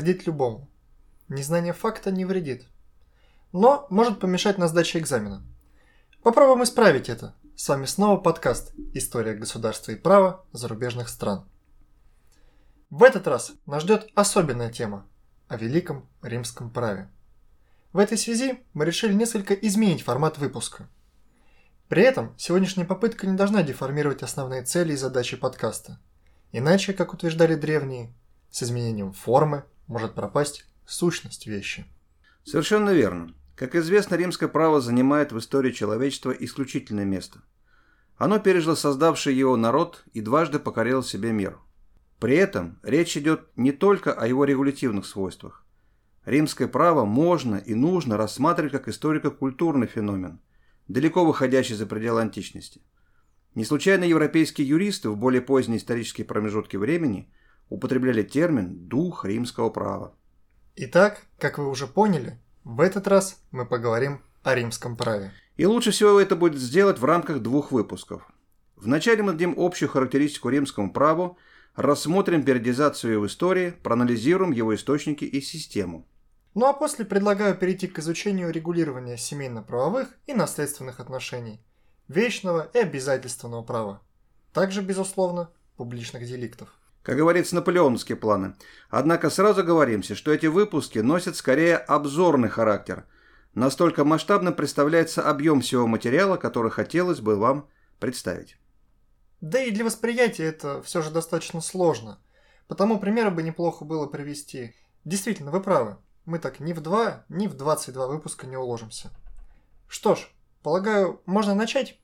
навредит любому. Незнание факта не вредит, но может помешать на сдаче экзамена. Попробуем исправить это. С вами снова подкаст «История государства и права зарубежных стран». В этот раз нас ждет особенная тема о Великом Римском праве. В этой связи мы решили несколько изменить формат выпуска. При этом сегодняшняя попытка не должна деформировать основные цели и задачи подкаста. Иначе, как утверждали древние, с изменением формы может пропасть сущность вещи. Совершенно верно. Как известно, римское право занимает в истории человечества исключительное место. Оно пережило создавший его народ и дважды покорило себе мир. При этом речь идет не только о его регулятивных свойствах. Римское право можно и нужно рассматривать как историко-культурный феномен, далеко выходящий за пределы античности. Не случайно европейские юристы в более поздние исторические промежутки времени употребляли термин «дух римского права». Итак, как вы уже поняли, в этот раз мы поговорим о римском праве. И лучше всего это будет сделать в рамках двух выпусков. Вначале мы дадим общую характеристику римскому праву, рассмотрим периодизацию в истории, проанализируем его источники и систему. Ну а после предлагаю перейти к изучению регулирования семейно-правовых и наследственных отношений, вечного и обязательственного права, также, безусловно, публичных деликтов. Как говорится, наполеоновские планы. Однако сразу говоримся, что эти выпуски носят скорее обзорный характер. Настолько масштабно представляется объем всего материала, который хотелось бы вам представить. Да и для восприятия это все же достаточно сложно, потому примеры бы неплохо было привести. Действительно, вы правы, мы так ни в 2, ни в 22 выпуска не уложимся. Что ж, полагаю, можно начать?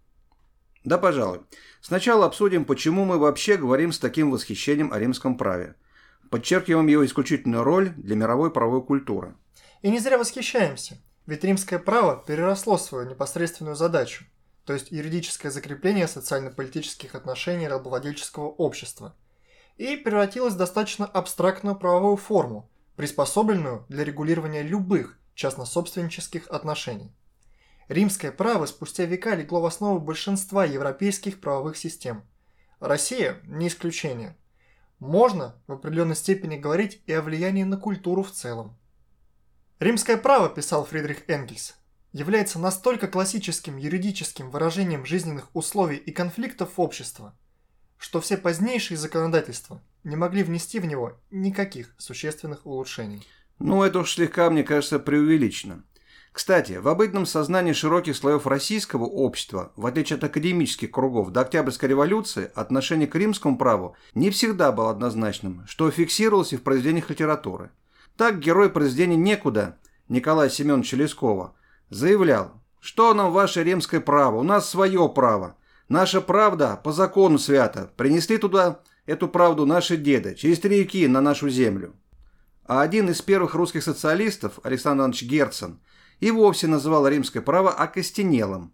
Да, пожалуй. Сначала обсудим, почему мы вообще говорим с таким восхищением о римском праве. Подчеркиваем его исключительную роль для мировой правовой культуры. И не зря восхищаемся, ведь римское право переросло свою непосредственную задачу, то есть юридическое закрепление социально-политических отношений рабовладельческого общества, и превратилось в достаточно абстрактную правовую форму, приспособленную для регулирования любых частно-собственнических отношений. Римское право спустя века легло в основу большинства европейских правовых систем. Россия не исключение. Можно в определенной степени говорить и о влиянии на культуру в целом. Римское право, писал Фридрих Энгельс, является настолько классическим юридическим выражением жизненных условий и конфликтов общества, что все позднейшие законодательства не могли внести в него никаких существенных улучшений. Ну, это уж слегка, мне кажется, преувеличено. Кстати, в обыденном сознании широких слоев российского общества, в отличие от академических кругов до Октябрьской революции, отношение к римскому праву не всегда было однозначным, что фиксировалось и в произведениях литературы. Так герой произведения «Некуда» Николая Семеновича Лескова заявлял: «Что нам ваше римское право? У нас свое право. Наша правда по закону свята. Принесли туда эту правду наши деды, через 3 реки на нашу землю». А один из первых русских социалистов, Александр Иванович Герцен, и вовсе называл римское право окостенелым.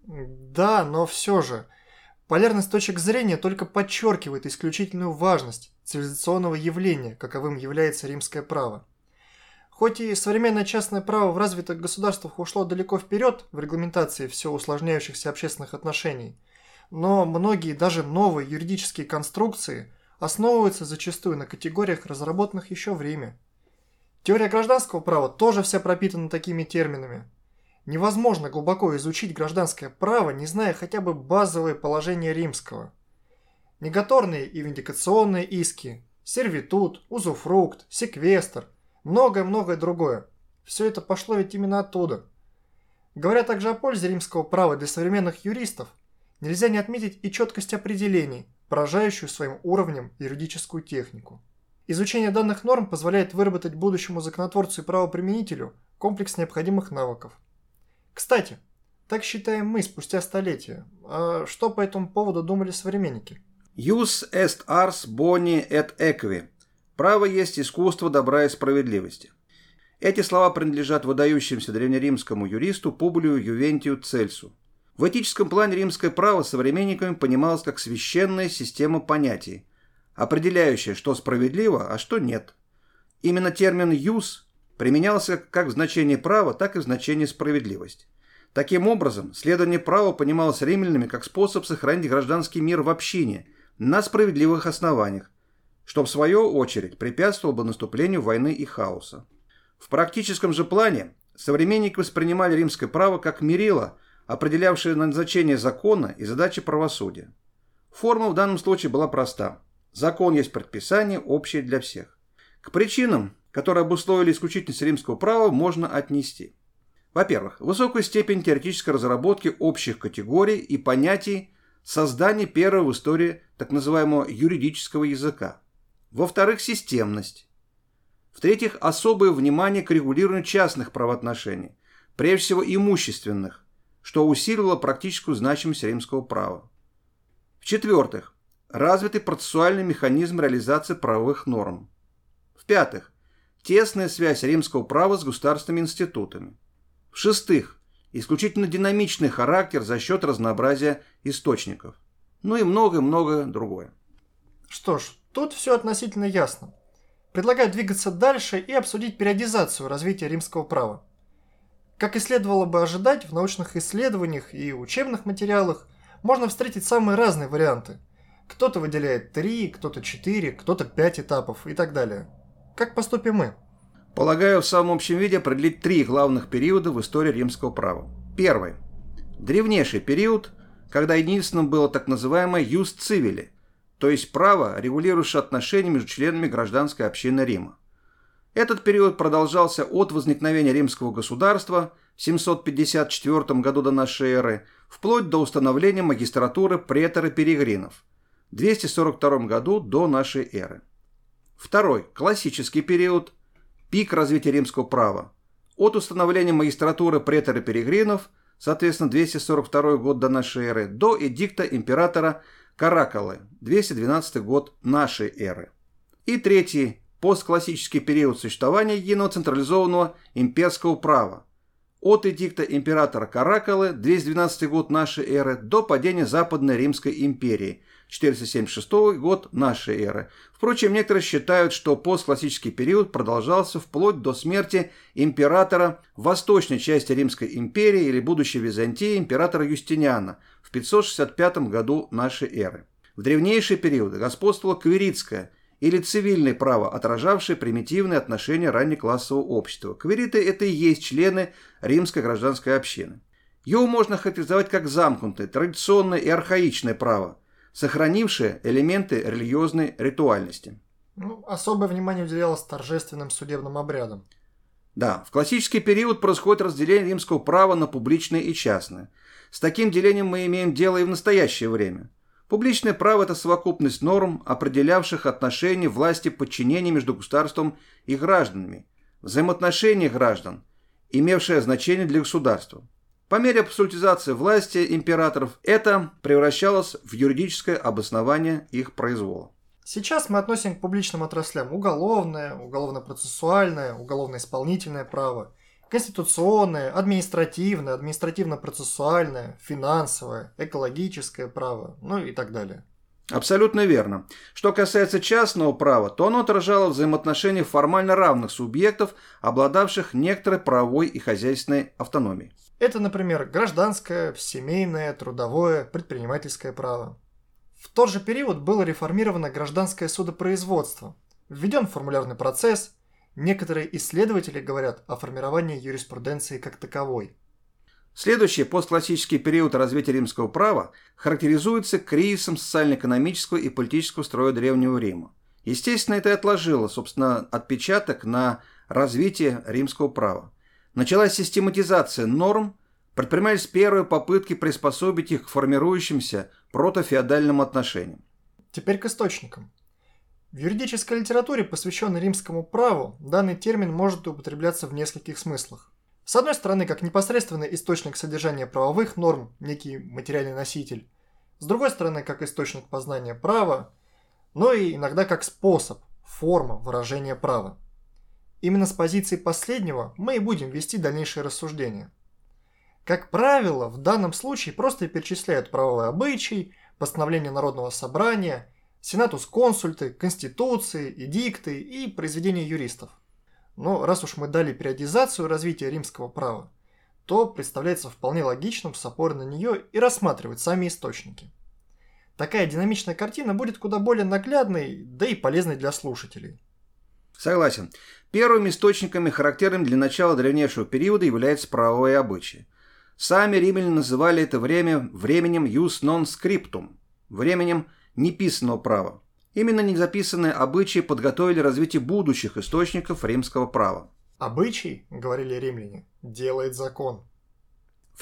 Да, но все же, полярность точек зрения только подчеркивает исключительную важность цивилизационного явления, каковым является римское право. Хоть и современное частное право в развитых государствах ушло далеко вперед в регламентации все усложняющихся общественных отношений, но многие даже новые юридические конструкции основываются зачастую на категориях, разработанных еще в Риме. Теория гражданского права тоже вся пропитана такими терминами. Невозможно глубоко изучить гражданское право, не зная хотя бы базовые положения римского. Негаторные и виндикационные иски, сервитут, узуфрукт, секвестр, многое-многое другое. Все это пошло ведь именно оттуда. Говоря также о пользе римского права для современных юристов, нельзя не отметить и четкость определений, поражающую своим уровнем юридическую технику. Изучение данных норм позволяет выработать будущему законотворцу и правоприменителю комплекс необходимых навыков. Кстати, так считаем мы спустя столетия. А что по этому поводу думали современники? «Jus est ars boni et equi» – «Право есть искусство добра и справедливости». Эти слова принадлежат выдающемуся древнеримскому юристу Публию Ювентию Цельсу. В этическом плане римское право современниками понималось как священная система понятий, определяющая, что справедливо, а что нет. Именно термин «юс» применялся как в значении права, так и в значении справедливость. Таким образом, следование права понималось римлянами как способ сохранить гражданский мир в общине на справедливых основаниях, что в свою очередь препятствовало бы наступлению войны и хаоса. В практическом же плане современники воспринимали римское право как мерило, определявшее назначение закона и задачи правосудия. Форма в данном случае была проста. Закон есть предписание, общее для всех. К причинам, которые обусловили исключительность римского права, можно отнести: во-первых, высокую степень теоретической разработки общих категорий и понятий, создание первого в истории так называемого юридического языка. Во-вторых, системность. В-третьих, особое внимание к регулированию частных правоотношений, прежде всего имущественных, что усиливало практическую значимость римского права. В-четвертых, развитый процессуальный механизм реализации правовых норм. В-пятых, тесная связь римского права с государственными институтами. В-шестых, исключительно динамичный характер за счет разнообразия источников. Ну и многое-многое другое. Что ж, тут все относительно ясно. Предлагаю двигаться дальше и обсудить периодизацию развития римского права. Как и следовало бы ожидать, в научных исследованиях и учебных материалах можно встретить самые разные варианты. Кто-то выделяет 3, кто-то 4, кто-то 5 этапов и так далее. Как поступим мы? Полагаю, в самом общем виде определить 3 главных периода в истории римского права. Первый. Древнейший период, когда единственным было так называемое «юс цивили», то есть право, регулирующее отношения между членами гражданской общины Рима. Этот период продолжался от возникновения римского государства в 754 году до нашей эры вплоть до установления магистратуры претора-перегринов в 242 году до нашей эры. Второй, классический период, пик развития римского права, от установления магистратуры претора-перегринов, соответственно, 242 год до нашей эры, до эдикта императора Каракаллы, 212 год нашей эры. И третий, постклассический период существования единого централизованного имперского права, от эдикта императора Каракаллы, 212 год нашей эры, до падения Западной Римской империи, 476 год нашей эры. Впрочем, некоторые считают, что постклассический период продолжался вплоть до смерти императора в восточной части Римской империи или будущей Византии императора Юстиниана в 565 году нашей эры. В древнейшие периоды господствовало квиритское или цивильное право, отражавшее примитивные отношения раннеклассового общества. Квириты – это и есть члены римской гражданской общины. Его можно характеризовать как замкнутое, традиционное и архаичное право, сохранившее элементы религиозной ритуальности. Особое внимание уделялось торжественным судебным обрядам. Да, в классический период происходит разделение римского права на публичное и частное. С таким делением мы имеем дело и в настоящее время. Публичное право – это совокупность норм, определявших отношения власти подчинения между государством и гражданами, взаимоотношения граждан, имевшее значение для государства. По мере абсолютизации власти императоров это превращалось в юридическое обоснование их произвола. Сейчас мы относим к публичным отраслям уголовное, уголовно-процессуальное, уголовно-исполнительное право, конституционное, административное, административно-процессуальное, финансовое, экологическое право, и так далее. Абсолютно верно. Что касается частного права, то оно отражало взаимоотношения формально равных субъектов, обладавших некоторой правовой и хозяйственной автономией. Это, например, гражданское, семейное, трудовое, предпринимательское право. В тот же период было реформировано гражданское судопроизводство, введен формулярный процесс, некоторые исследователи говорят о формировании юриспруденции как таковой. Следующий постклассический период развития римского права характеризуется кризисом социально-экономического и политического строя Древнего Рима. Естественно, это и отложило, отпечаток на развитие римского права. Началась систематизация норм, предпринимались первые попытки приспособить их к формирующимся протофеодальным отношениям. Теперь к источникам. В юридической литературе, посвященной римскому праву, данный термин может употребляться в нескольких смыслах. С одной стороны, как непосредственный источник содержания правовых норм, некий материальный носитель. С другой стороны, как источник познания права, но и иногда как способ, форма выражения права. Именно с позиции последнего мы и будем вести дальнейшие рассуждения. Как правило, в данном случае просто перечисляют правовой обычай, постановление Народного собрания, сенатус-консульты, конституции, эдикты и произведения юристов. Но раз уж мы дали периодизацию развития римского права, то представляется вполне логичным с опорой на нее и рассматривать сами источники. Такая динамичная картина будет куда более наглядной, да и полезной для слушателей. Согласен. Первыми источниками, характерными для начала древнейшего периода, являются правовые обычаи. Сами римляне называли это время временем «ius non scriptum» – временем неписанного права. Именно незаписанные обычаи подготовили развитие будущих источников римского права. «Обычай, — говорили римляне, — делает закон». В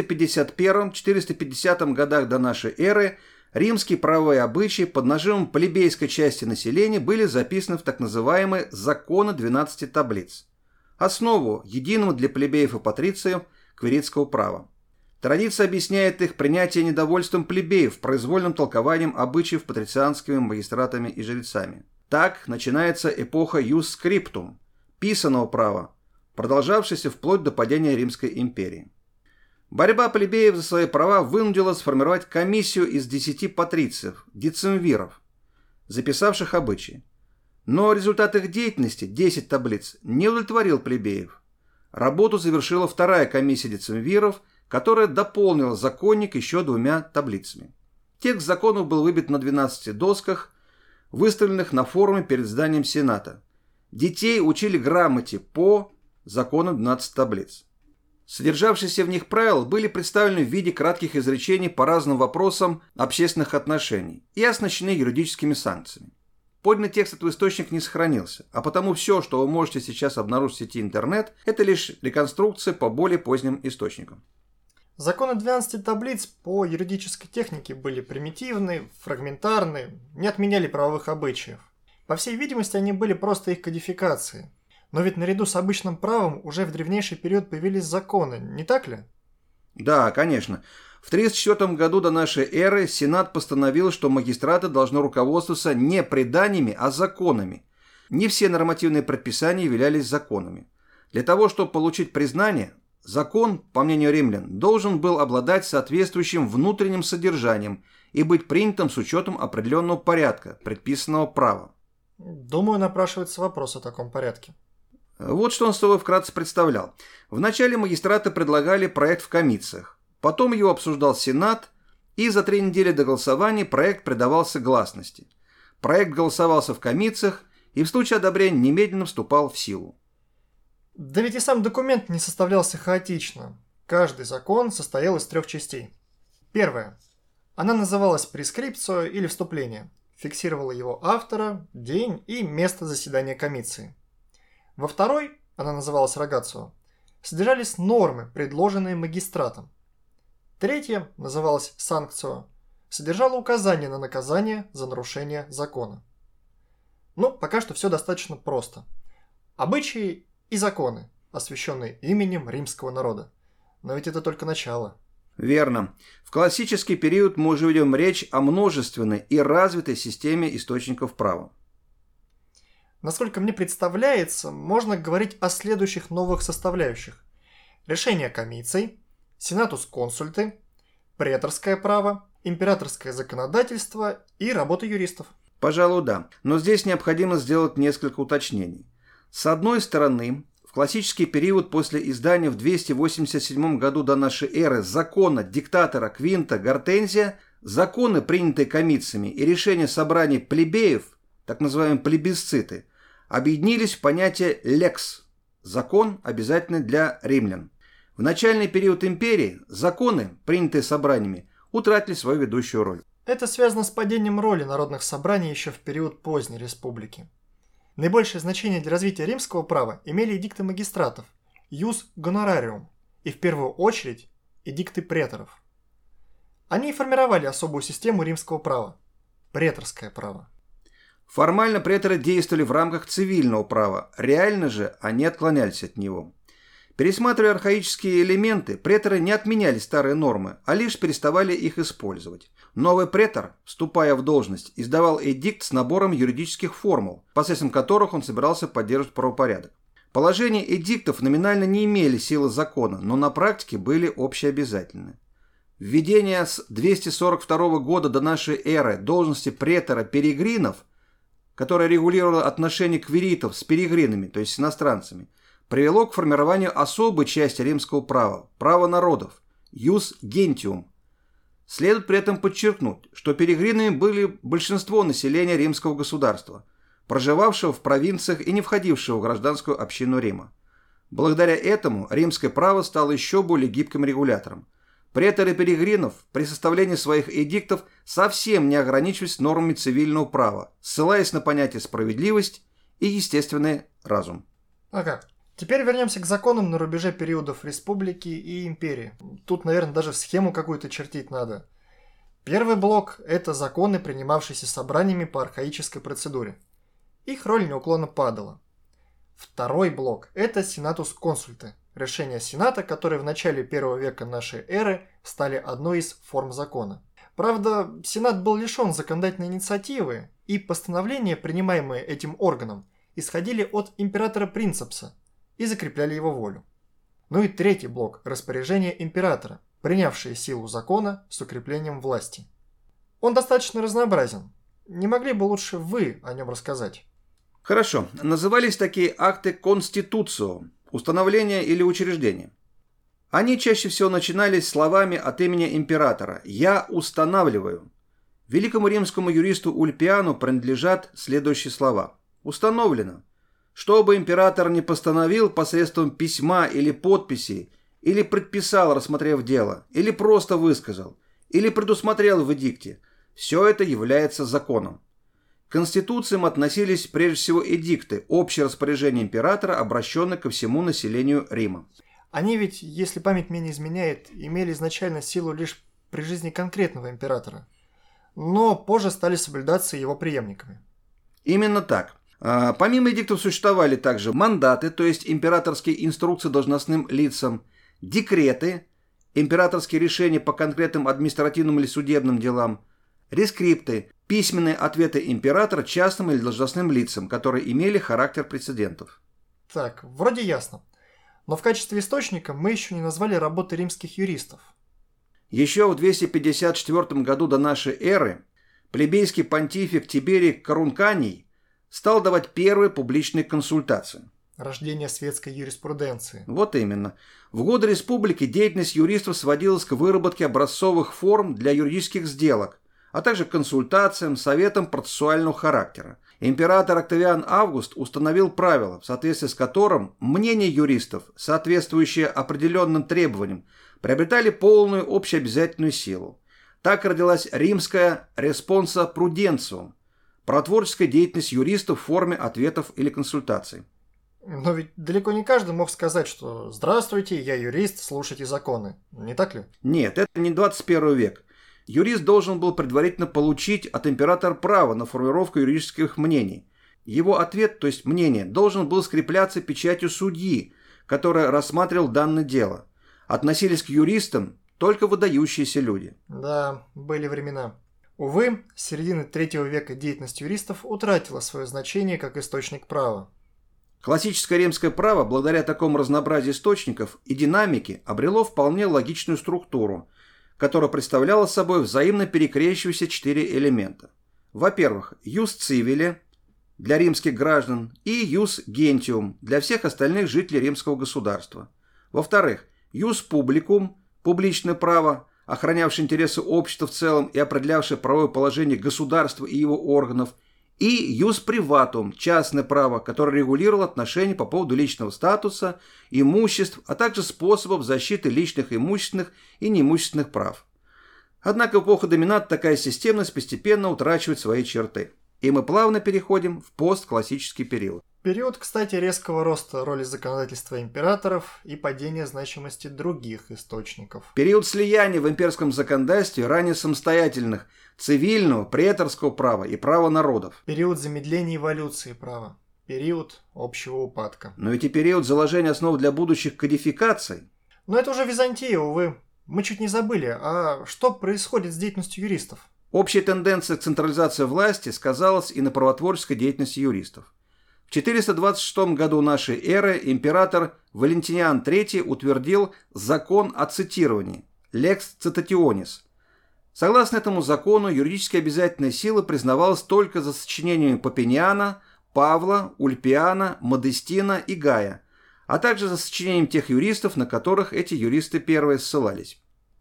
451-450 годах до нашей эры римские правовые обычаи под нажимом плебейской части населения были записаны в так называемые «Законы 12 таблиц», основу единого для плебеев и патрициев квиритского права. Традиция объясняет их принятие недовольством плебеев произвольным толкованием обычаев патрицианскими магистратами и жрецами. Так начинается эпоха «ius scriptum» – писаного права, продолжавшаяся вплоть до падения Римской империи. Борьба плебеев за свои права вынудила сформировать комиссию из 10 патрициев, децемвиров, записавших обычаи. Но результат их деятельности, 10 таблиц, не удовлетворил плебеев. Работу завершила вторая комиссия децемвиров, которая дополнила законник еще 2 таблицами. Текст законов был выбит на 12 досках, выставленных на форуме перед зданием Сената. Детей учили грамоте по законам 12 таблиц. Содержавшиеся в них правила были представлены в виде кратких изречений по разным вопросам общественных отношений и оснащены юридическими санкциями. Подлинный текст этого источника не сохранился, а потому все, что вы можете сейчас обнаружить в сети интернет, это лишь реконструкция по более поздним источникам. Законы 12 таблиц по юридической технике были примитивны, фрагментарны, не отменяли правовых обычаев. По всей видимости, они были просто их кодификацией. Но ведь наряду с обычным правом уже в древнейший период появились законы, не так ли? Да, конечно. В 304 году до нашей эры Сенат постановил, что магистраты должны руководствоваться не преданиями, а законами. Не все нормативные предписания являлись законами. Для того, чтобы получить признание, закон, по мнению римлян, должен был обладать соответствующим внутренним содержанием и быть принятым с учетом определенного порядка, предписанного права. Думаю, напрашивается вопрос о таком порядке. Вот что он собой вкратце представлял. Вначале магистраты предлагали проект в комициях, потом его обсуждал Сенат, и за 3 недели до голосования проект предавался гласности. Проект голосовался в комициях и в случае одобрения немедленно вступал в силу. Да ведь и сам документ не составлялся хаотично. Каждый закон состоял из 3 частей. Первая. Она называлась прескрипцио или вступление. Фиксировала его автора, день и место заседания комиции. Во второй, она называлась рогацио, содержались нормы, предложенные магистратом. Третья, называлась санкцио, содержала указания на наказание за нарушение закона. Ну, пока что все достаточно просто. Обычаи и законы, освященные именем римского народа. Но ведь это только начало. Верно. В классический период мы уже ведем речь о множественной и развитой системе источников права. Насколько мне представляется, можно говорить о следующих новых составляющих. Решение комиций, сенатус консульты, преторское право, императорское законодательство и работа юристов. Пожалуй, да. Но здесь необходимо сделать несколько уточнений. С одной стороны, в классический период после издания в 287 году до нашей эры закона диктатора Квинта Гортензия, законы, принятые комициями, и решения собраний плебеев, так называемые плебисциты, объединились в понятие «лекс» – закон, обязательный для римлян. В начальный период империи законы, принятые собраниями, утратили свою ведущую роль. Это связано с падением роли народных собраний еще в период поздней республики. Наибольшее значение для развития римского права имели эдикты магистратов – «ius honorarium» и в первую очередь эдикты преторов. Они формировали особую систему римского права – преторское право. Формально преторы действовали в рамках цивильного права, реально же они отклонялись от него. Пересматривая архаические элементы, преторы не отменяли старые нормы, а лишь переставали их использовать. Новый претор, вступая в должность, издавал эдикт с набором юридических формул, посредством которых он собирался поддерживать правопорядок. Положения эдиктов номинально не имели силы закона, но на практике были общеобязательны. Введение с 242 года до нашей эры должности претора перегринов, которое регулировало отношения квиритов с перегринами, то есть с иностранцами, привело к формированию особой части римского права – права народов – «ius gentium». Следует при этом подчеркнуть, что перегринами были большинство населения римского государства, проживавшего в провинциях и не входившего в гражданскую общину Рима. Благодаря этому римское право стало еще более гибким регулятором. Преторы перегринов при составлении своих эдиктов совсем не ограничивались нормами цивильного права, ссылаясь на понятие «справедливость» и естественный разум. Ага. Теперь вернемся к законам на рубеже периодов республики и империи. Тут, наверное, даже схему какую-то чертить надо. Первый блок – это законы, принимавшиеся собраниями по архаической процедуре. Их роль неуклонно падала. Второй блок – это сенатус консульты. Решения Сената, которые в начале первого века нашей эры стали одной из форм закона. Правда, Сенат был лишен законодательной инициативы, и постановления, принимаемые этим органом, исходили от императора Принцепса и закрепляли его волю. Ну и третий блок – распоряжения императора, принявшие силу закона с укреплением власти. Он достаточно разнообразен. Не могли бы лучше вы о нем рассказать? Хорошо. Назывались такие акты «конституцио», установление или учреждение. Они чаще всего начинались словами от имени императора «Я устанавливаю». Великому римскому юристу Ульпиану принадлежат следующие слова. «Установлено, что бы император не постановил посредством письма или подписи, или предписал, рассмотрев дело, или просто высказал, или предусмотрел в эдикте, все это является законом». К конституциям относились прежде всего эдикты, общее распоряжение императора, обращенное ко всему населению Рима. Они ведь, если память мне не изменяет, имели изначально силу лишь при жизни конкретного императора, но позже стали соблюдаться его преемниками. Именно так. Помимо эдиктов существовали также мандаты, то есть императорские инструкции должностным лицам, декреты, императорские решения по конкретным административным или судебным делам, рескрипты, письменные ответы императора частным или должностным лицам, которые имели характер прецедентов. Так, вроде ясно. Но в качестве источника мы еще не назвали работы римских юристов. Еще в 254 году до нашей эры плебейский понтифик Тиберий Карунканий стал давать первые публичные консультации. Рождение светской юриспруденции. Вот именно. В годы республики деятельность юристов сводилась к выработке образцовых форм для юридических сделок, а также консультациям, советам процессуального характера. Император Октавиан Август установил правила, в соответствии с которым мнения юристов, соответствующие определенным требованиям, приобретали полную общеобязательную силу. Так родилась римская «responsa prudentium» – протворческая деятельность юристов в форме ответов или консультаций. Но ведь далеко не каждый мог сказать, что «Здравствуйте, я юрист, слушайте законы». Не так ли? Нет, это не 21 век. Юрист должен был предварительно получить от императора право на формировку юридических мнений. Его ответ, то есть мнение, должен был скрепляться печатью судьи, который рассматривал данное дело. Относились к юристам только выдающиеся люди. Да, были времена. Увы, с середины III века деятельность юристов утратила свое значение как источник права. Классическое римское право, благодаря такому разнообразию источников и динамике, обрело вполне логичную структуру, которая представляла собой взаимно перекрещивающиеся 4 элемента. Во-первых, ius civile для римских граждан и ius gentium для всех остальных жителей римского государства. Во-вторых, ius publicum публичное право, охранявшее интересы общества в целом и определявшее правовое положение государства и его органов, и ius privatum частное право, которое регулировало отношения по поводу личного статуса, имуществ, а также способов защиты личных имущественных и неимущественных прав. Однако в эпоху доминат такая системность постепенно утрачивает свои черты. И мы плавно переходим в постклассический период. Период, кстати, резкого роста роли законодательства императоров и падения значимости других источников. Период слияния в имперском законодательстве ранее самостоятельных цивильного, преторского права и права народов. Период замедления эволюции права. Период общего упадка. Но ведь и период заложения основ для будущих кодификаций. Но это уже Византия, увы. Мы чуть не забыли, а что происходит с деятельностью юристов? Общая тенденция к централизации власти сказалась и на правотворческой деятельности юристов. В 426 году нашей эры император Валентиниан III утвердил закон о цитировании «Lex Citationis». Согласно этому закону, юридически обязательная сила признавалась только за сочинениями Папиниана, Павла, Ульпиана, Модестина и Гая, а также за сочинением тех юристов, на которых эти юристы первые ссылались.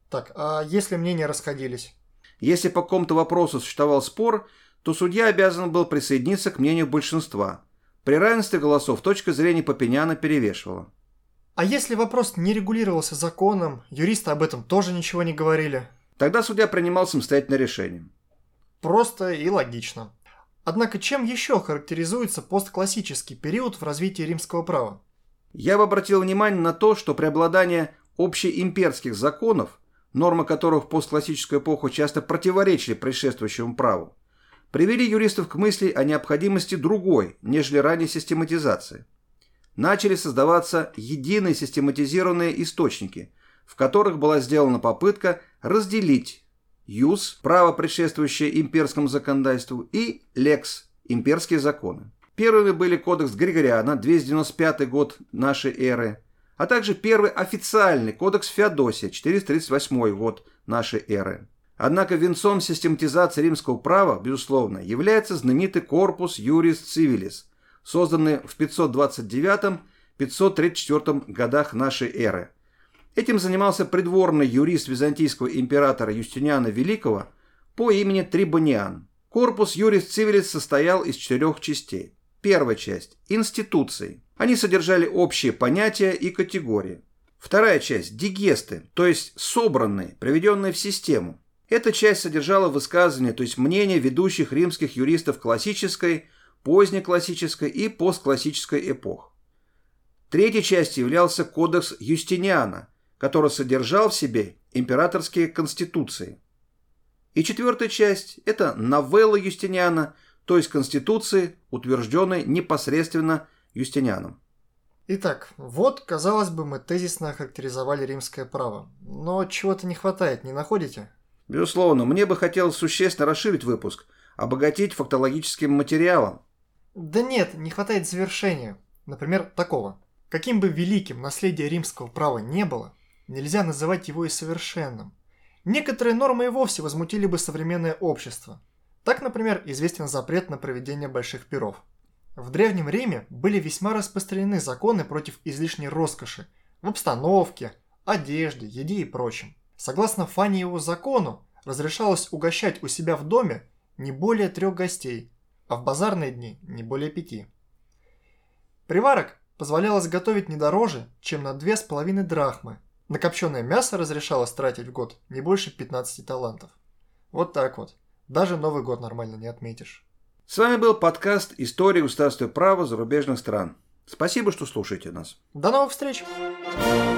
Так, а если мнения расходились? Если по какому-то вопросу существовал спор, то судья обязан был присоединиться к мнению большинства. При равенстве голосов точка зрения Папиняна перевешивала. А если вопрос не регулировался законом, юристы об этом тоже ничего не говорили? Тогда судья принимал самостоятельное решение. Просто и логично. Однако чем еще характеризуется постклассический период в развитии римского права? Я бы обратил внимание на то, что преобладание общеимперских законов, нормы которых в постклассическую эпоху часто противоречили предшествующему праву, привели юристов к мысли о необходимости другой, нежели ранее систематизации. Начали создаваться единые систематизированные источники, в которых была сделана попытка разделить юс, право, предшествующее имперскому законодательству, и лекс, имперские законы. Первыми были кодекс Григориана, 295 год нашей эры, а также первый официальный кодекс Феодосия, 438 год нашей эры. Однако венцом систематизации римского права, безусловно, является знаменитый Corpus Juris Civilis, созданный в 529-534 годах нашей эры. Этим занимался придворный юрист византийского императора Юстиниана Великого по имени Трибониан. Corpus Juris Civilis состоял из 4 частей. Первая часть – институции. Они содержали общие понятия и категории. Вторая часть – дигесты, то есть собранные, приведенные в систему. Эта часть содержала высказывания, то есть мнения ведущих римских юристов классической, позднеклассической и постклассической эпох. Третьей частью являлся кодекс Юстиниана, который содержал в себе императорские конституции. И четвертая часть – это новелла Юстиниана, то есть конституции, утвержденной непосредственно Юстинианом. Итак, вот, казалось бы, мы тезисно охарактеризовали римское право. Но чего-то не хватает, не находите? Безусловно, мне бы хотелось существенно расширить выпуск, обогатить фактологическим материалом. Да нет, не хватает завершения. Например, такого. Каким бы великим наследие римского права не было, нельзя называть его и совершенным. Некоторые нормы и вовсе возмутили бы современное общество. Так, например, известен запрет на проведение больших пиров. В Древнем Риме были весьма распространены законы против излишней роскоши в обстановке, одежде, еде и прочем. Согласно Фаниеву закону, разрешалось угощать у себя в доме не более 3 гостей, а в базарные дни не более 5. Приварок позволялось готовить не дороже, чем на 2,5 драхмы. На копченое мясо разрешалось тратить в год не больше 15 талантов. Вот так вот. Даже Новый год нормально не отметишь. С вами был подкаст «История государства и права зарубежных стран». Спасибо, что слушаете нас. До новых встреч!